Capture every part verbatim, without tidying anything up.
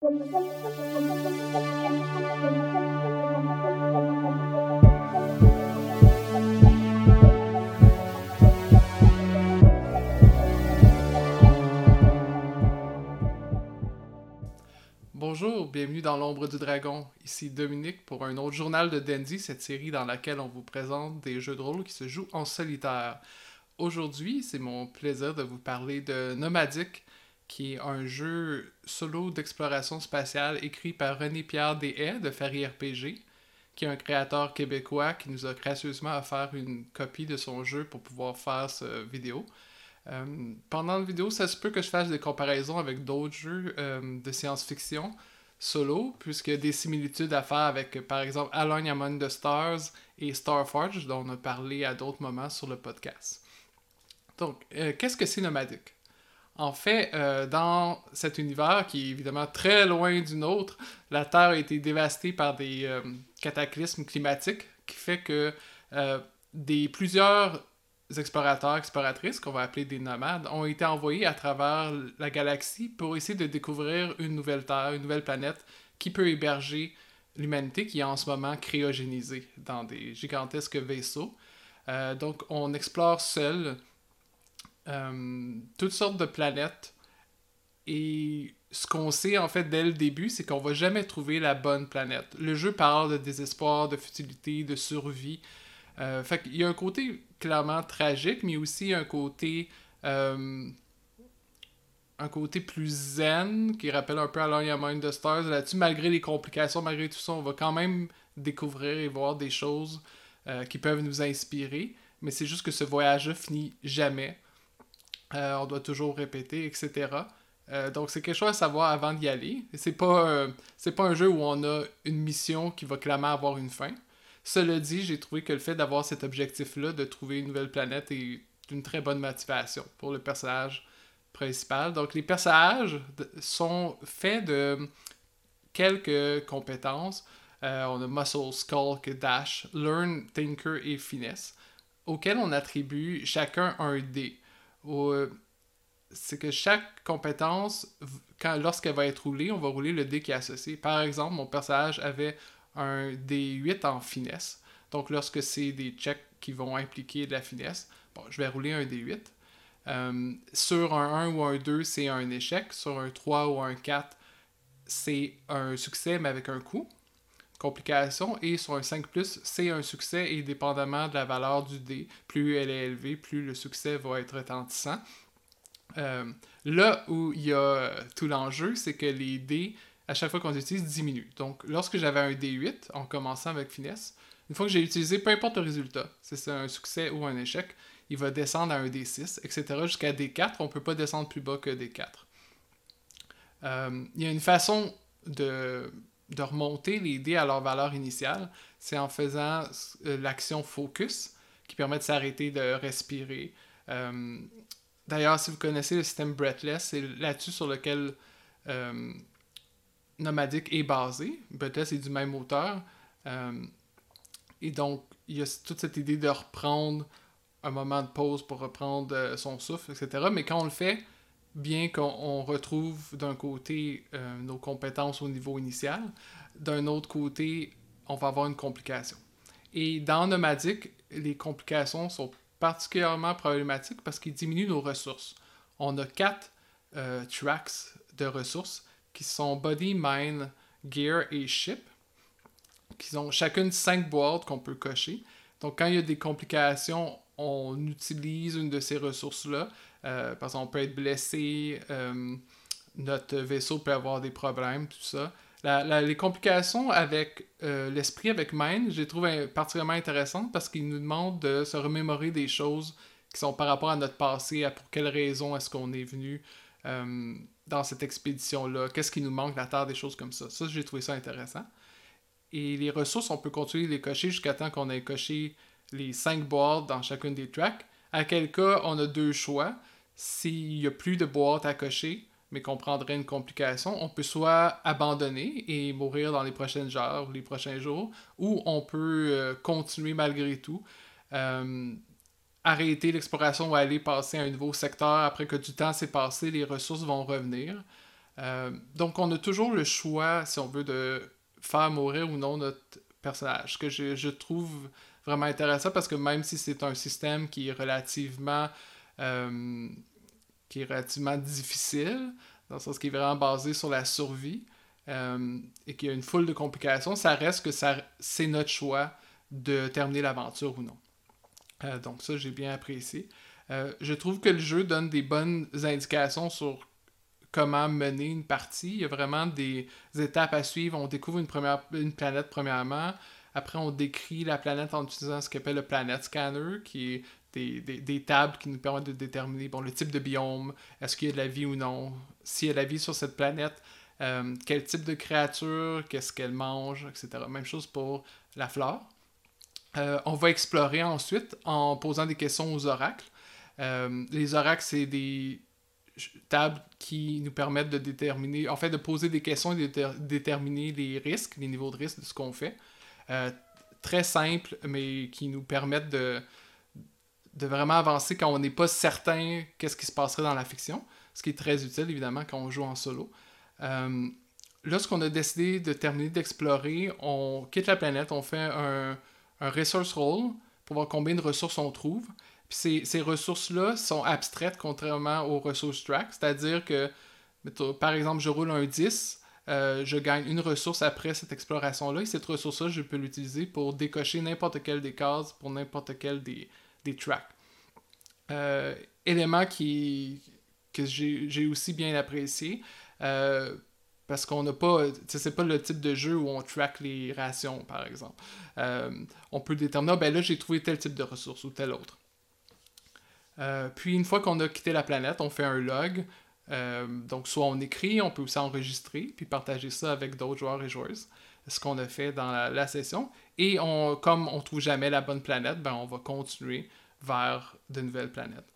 Bonjour, bienvenue dans l'ombre du dragon. Ici Dominique pour un autre journal de Dandy, cette série dans laquelle on vous présente des jeux de rôle qui se jouent en solitaire. Aujourd'hui, c'est mon plaisir de vous parler de Nomadic, qui est un jeu solo d'exploration spatiale écrit par René-Pierre Deshaies de Faris R P G, qui est un créateur québécois qui nous a gracieusement offert une copie de son jeu pour pouvoir faire cette vidéo. Euh, pendant la vidéo, ça se peut que je fasse des comparaisons avec d'autres jeux euh, de science-fiction solo, puisqu'il y a des similitudes à faire avec, par exemple, Alone Among the Stars et Starforge, dont on a parlé à d'autres moments sur le podcast. Donc, euh, qu'est-ce que c'est Nomadic? En fait, euh, dans cet univers qui est évidemment très loin du nôtre, la Terre a été dévastée par des euh, cataclysmes climatiques qui fait que euh, des plusieurs explorateurs, exploratrices, qu'on va appeler des nomades, ont été envoyés à travers la galaxie pour essayer de découvrir une nouvelle Terre, une nouvelle planète qui peut héberger l'humanité qui est en ce moment cryogénisée dans des gigantesques vaisseaux. Euh, donc, on explore seul euh, toutes sortes de planètes et ce qu'on sait en fait dès le début, c'est qu'on va jamais trouver la bonne planète. Le jeu parle de désespoir, de futilité, de survie. Euh, fait qu'il y a un côté clairement tragique, mais aussi un côté euh, un côté plus zen qui rappelle un peu Alone Among the Stars. Là-dessus, malgré les complications, malgré tout ça, on va quand même découvrir et voir des choses euh, qui peuvent nous inspirer, mais c'est juste que ce voyage-là finit jamais. Euh, on doit toujours répéter, et cetera. Euh, donc c'est quelque chose à savoir avant d'y aller. C'est pas, euh, c'est pas un jeu où on a une mission qui va clairement avoir une fin. Cela dit, j'ai trouvé que le fait d'avoir cet objectif-là, de trouver une nouvelle planète, est une très bonne motivation pour le personnage principal. Donc, les personnages sont faits de quelques compétences. Euh, on a Muscle, Skulk, Dash, Learn, Tinker et Finesse, auxquels on attribue chacun un dé. Au, c'est que chaque compétence, quand, lorsqu'elle va être roulée, on va rouler le dé qui est associé. Par exemple, mon personnage avait un D huit en finesse. Donc, lorsque c'est des checks qui vont impliquer de la finesse, bon, je vais rouler un D huit. Euh, sur un un ou un deux, c'est un échec. Sur un trois ou un quatre, c'est un succès, mais avec un coup. Complication. Et sur un cinq plus, c'est un succès et dépendamment de la valeur du dé, plus elle est élevée, plus le succès va être retentissant. Euh, là où il y a tout l'enjeu, c'est que les dés, à chaque fois qu'on les utilise, diminuent. Donc, lorsque j'avais un D huit, en commençant avec finesse, une fois que j'ai utilisé, peu importe le résultat, si c'est un succès ou un échec, il va descendre à un D six, et cetera jusqu'à D quatre. On ne peut pas descendre plus bas que D quatre. Euh, il y a une façon de, de remonter les dés à leur valeur initiale, c'est en faisant euh, l'action focus, qui permet de s'arrêter, de respirer. Euh, D'ailleurs, si vous connaissez le système Breathless, c'est là-dessus sur lequel euh, Nomadic est basé. Breathless est du même auteur. Euh, et donc, il y a toute cette idée de reprendre un moment de pause pour reprendre euh, son souffle, et cetera. Mais quand on le fait, bien qu'on on retrouve d'un côté euh, nos compétences au niveau initial, d'un autre côté, on va avoir une complication. Et dans Nomadic, les complications sont particulièrement problématique parce qu'il diminue nos ressources. On a quatre euh, tracks de ressources qui sont Body, Mind, Gear et Ship, qui ont chacune cinq boîtes qu'on peut cocher. Donc quand il y a des complications, on utilise une de ces ressources-là. Euh, par exemple, on peut être blessé, euh, notre vaisseau peut avoir des problèmes, tout ça. La, la, les complications avec euh, l'esprit, avec Mind, je les trouve particulièrement intéressantes parce qu'ils nous demandent de se remémorer des choses qui sont par rapport à notre passé, à pour quelles raisons est-ce qu'on est venu euh, dans cette expédition-là, qu'est-ce qui nous manque, la Terre, des choses comme ça. Ça, j'ai trouvé ça intéressant. Et les ressources, on peut continuer de les cocher jusqu'à temps qu'on ait coché les cinq boîtes dans chacune des tracks. À quel cas, on a deux choix. S'il n'y a plus de boîtes à cocher, mais qu'on prendrait une complication, on peut soit abandonner et mourir dans les prochaines heures ou les prochains jours, ou on peut euh, continuer malgré tout, euh, arrêter l'exploration ou aller passer à un nouveau secteur après que du temps s'est passé, les ressources vont revenir. Euh, donc, on a toujours le choix, si on veut, de faire mourir ou non notre personnage. Ce que je, je trouve vraiment intéressant parce que même si c'est un système qui est relativement, euh, qui est relativement difficile, dans le sens qui est vraiment basé sur la survie, euh, et qu'il y a une foule de complications, ça reste que ça, c'est notre choix de terminer l'aventure ou non. Euh, donc ça, j'ai bien apprécié. Euh, je trouve que le jeu donne des bonnes indications sur comment mener une partie. Il y a vraiment des étapes à suivre. On découvre une, première, une planète premièrement. Après, on décrit la planète en utilisant ce qu'on appelle le Planet Scanner, qui est des, des, des tables qui nous permettent de déterminer bon, le type de biome, est-ce qu'il y a de la vie ou non, s'il y a de la vie sur cette planète, euh, quel type de créature, qu'est-ce qu'elle mange, et cetera. Même chose pour la flore. Euh, on va explorer ensuite en posant des questions aux oracles. Euh, les oracles, c'est des tables qui nous permettent de déterminer, en fait, de poser des questions et de déter- déterminer les risques, les niveaux de risque de ce qu'on fait. Euh, très simple, mais qui nous permettent de, de vraiment avancer quand on n'est pas certain qu'est-ce qui se passerait dans la fiction, ce qui est très utile, évidemment, quand on joue en solo. Euh, Lorsqu'on a décidé de terminer d'explorer, on quitte la planète, on fait un, un resource roll pour voir combien de ressources on trouve. Puis ces, ces ressources-là sont abstraites contrairement aux ressources track, c'est-à-dire que, par exemple, je roule un dix, euh, je gagne une ressource après cette exploration-là, et cette ressource-là, je peux l'utiliser pour décocher n'importe quelle des cases pour n'importe quel des, des tracks. Euh, élément qui, que j'ai, j'ai aussi bien apprécié, euh, parce qu'on n'a pas, c'est pas le type de jeu où on track les rations, par exemple. Euh, on peut déterminer, ah, ben là, j'ai trouvé tel type de ressource ou tel autre. Euh, puis une fois qu'on a quitté la planète, on fait un log. Euh, donc soit on écrit, on peut aussi enregistrer, puis partager ça avec d'autres joueurs et joueuses, ce qu'on a fait dans la, la session. Et on, comme on trouve jamais la bonne planète, ben on va continuer vers de nouvelles planètes.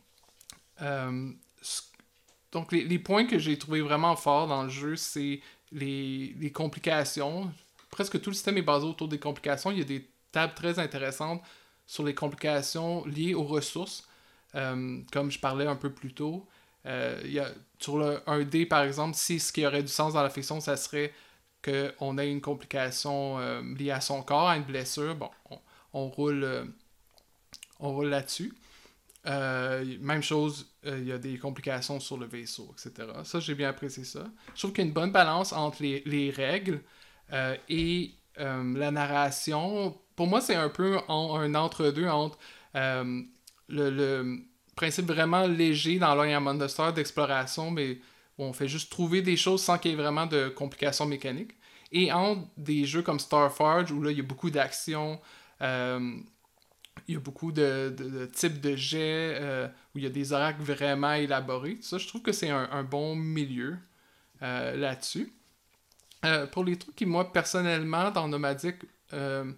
Euh, donc les, les points que j'ai trouvé vraiment forts dans le jeu, c'est les, les complications. Presque tout le système est basé autour des complications. Il y a des tables très intéressantes sur les complications liées aux ressources. Euh, comme je parlais un peu plus tôt, euh, y a, sur le un dé, par exemple, si ce qui aurait du sens dans la fiction, ça serait qu'on ait une complication euh, liée à son corps, à une blessure, bon, on, on roule, euh, on roule là-dessus. Euh, même chose, il euh, y a des complications sur le vaisseau, et cetera. Ça, j'ai bien apprécié ça. Je trouve qu'il y a une bonne balance entre les, les règles euh, et euh, la narration. Pour moi, c'est un peu en, un entre-deux entre euh, le, le principe vraiment léger dans Lion Among the Stars d'exploration, mais où on fait juste trouver des choses sans qu'il y ait vraiment de complications mécaniques. Et entre des jeux comme Starforge, où là, il y a beaucoup d'action, euh, il y a beaucoup de, de, de types de jets, euh, où il y a des oracles vraiment élaborés. Ça, je trouve que c'est un, un bon milieu euh, là-dessus. Euh, pour les trucs qui, moi, personnellement, dans Nomadic, euh,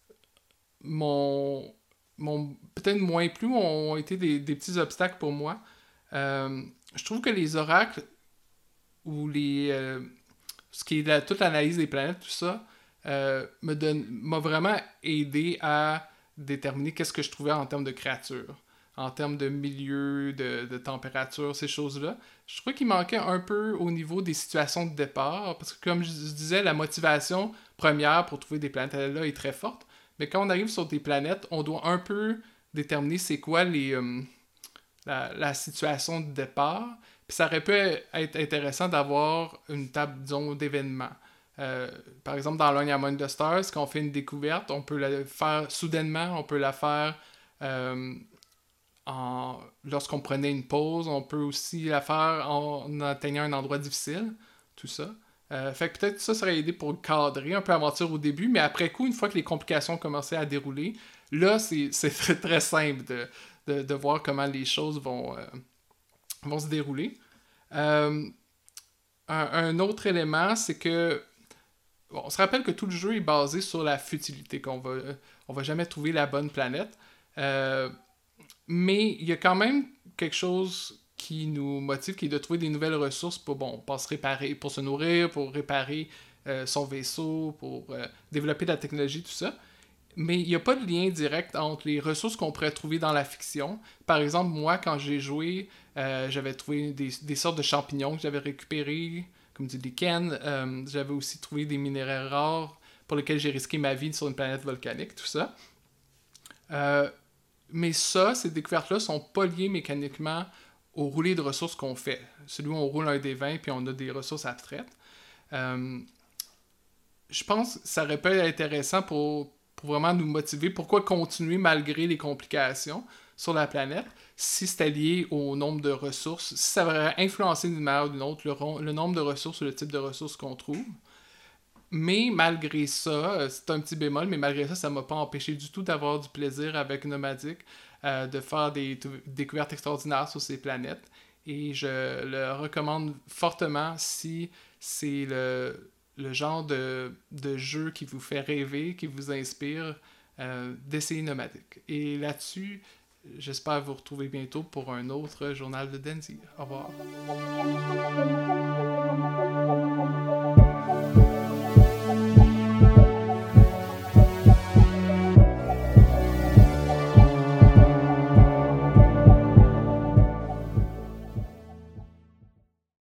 mon, mon peut-être moins plus ont été des, des petits obstacles pour moi. Euh, je trouve que les oracles ou les euh, ce qui est la, toute l'analyse des planètes, tout ça, euh, me donne, m'a vraiment aidé à déterminer qu'est-ce que je trouvais en termes de créatures, en termes de milieu, de, de température, ces choses-là. Je trouvais qu'il manquait un peu au niveau des situations de départ, parce que comme je disais, la motivation première pour trouver des planètes là est très forte, mais quand on arrive sur des planètes, on doit un peu déterminer c'est quoi les, euh, la, la situation de départ. Puis ça aurait pu être intéressant d'avoir une table, disons, d'événements. Euh, par exemple, dans Lion Among the Stars, quand on fait une découverte, on peut la faire soudainement, on peut la faire euh, en... lorsqu'on prenait une pause, on peut aussi la faire en atteignant un endroit difficile, tout ça. Euh, fait que peut-être ça serait aidé pour cadrer un peu aventure au début, mais après coup, une fois que les complications commençaient à dérouler, là, c'est, c'est très, très simple de, de, de voir comment les choses vont, euh, vont se dérouler. Euh, un, un autre élément, c'est que bon, on se rappelle que tout le jeu est basé sur la futilité, qu'on va, on va jamais trouver la bonne planète. Euh, mais il y a quand même quelque chose qui nous motive, qui est de trouver des nouvelles ressources pour, bon, pour se réparer, pour se nourrir, pour réparer euh, son vaisseau, pour euh, développer de la technologie, tout ça. Mais il n'y a pas de lien direct entre les ressources qu'on pourrait trouver dans la fiction. Par exemple, moi, quand j'ai joué, euh, j'avais trouvé des, des sortes de champignons que j'avais récupérés, comme du lichen. Euh, j'avais aussi trouvé des minéraux rares pour lesquels j'ai risqué ma vie sur une planète volcanique, tout ça. Euh, mais ça, ces découvertes-là sont pas liées mécaniquement au roulé de ressources qu'on fait. Celui où on roule un des vingt puis on a des ressources abstraites. Euh, je pense que ça aurait pu être intéressant pour, pour vraiment nous motiver. Pourquoi continuer malgré les complications sur la planète si c'était lié au nombre de ressources, si ça aurait influencé d'une manière ou d'une autre le, le nombre de ressources ou le type de ressources qu'on trouve. Mais malgré ça, c'est un petit bémol, mais malgré ça, ça m'a pas empêché du tout d'avoir du plaisir avec Nomadic, euh, de faire des t- découvertes extraordinaires sur ces planètes. Et je le recommande fortement si c'est le, le genre de, de jeu qui vous fait rêver, qui vous inspire, euh, d'essayer Nomadic. Et là-dessus, j'espère vous retrouver bientôt pour un autre journal de Denzi. Au revoir.